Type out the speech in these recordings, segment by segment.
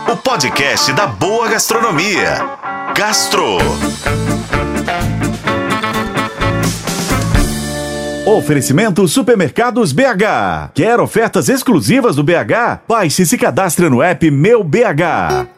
o podcast da boa gastronomia. Gastro. Oferecimento Supermercados BH. Quer ofertas exclusivas do BH? Baixe e se cadastre no app Meu BH.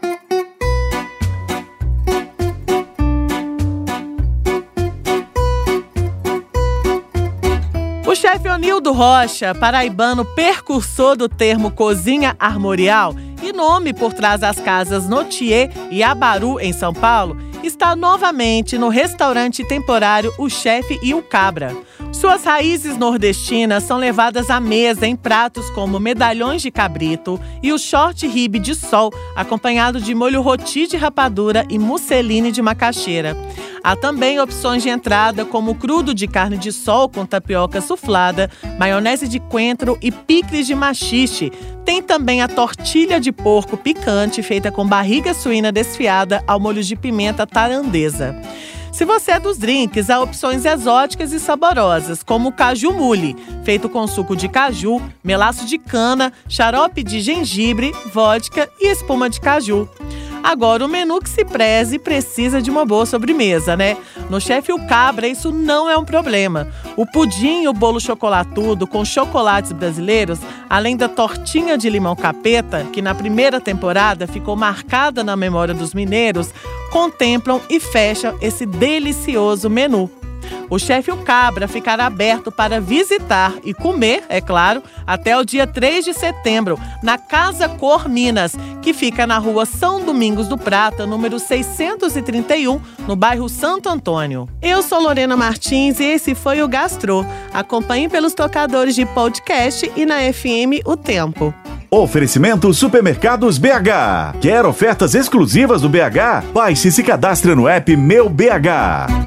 O chefe Onildo Rocha, paraibano precursor do termo cozinha armorial e nome por trás das casas Notier e Abaru, em São Paulo, está novamente no restaurante temporário O Chefe e o Cabra. Suas raízes nordestinas são levadas à mesa em pratos como medalhões de cabrito e o short rib de sol, acompanhado de molho roti de rapadura e musseline de macaxeira. Há também opções de entrada como crudo de carne de sol com tapioca suflada, maionese de coentro e picles de maxixe. Tem também a tortilha de porco picante feita com barriga suína desfiada ao molho de pimenta tailandesa. Se você é dos drinks, há opções exóticas e saborosas, como o caju mule, feito com suco de caju, melaço de cana, xarope de gengibre, vodka e espuma de caju. Agora, o menu que se preze precisa de uma boa sobremesa, né? No Chefe o Cabra, isso não é um problema. O pudim e o bolo chocolatudo com chocolates brasileiros, além da tortinha de limão capeta, que na primeira temporada ficou marcada na memória dos mineiros, contemplam e fecham esse delicioso menu. O Chefe o Cabra ficará aberto para visitar e comer, é claro, até o dia 3 de setembro, na Casa Cor Minas, que fica na rua São Domingos do Prata, número 631, no bairro Santo Antônio. Eu sou Lorena Martins e esse foi o Gastro. Acompanhe pelos tocadores de podcast e na FM O Tempo. Oferecimento Supermercados BH. Quer ofertas exclusivas do BH? Baixe e se cadastre no app Meu BH.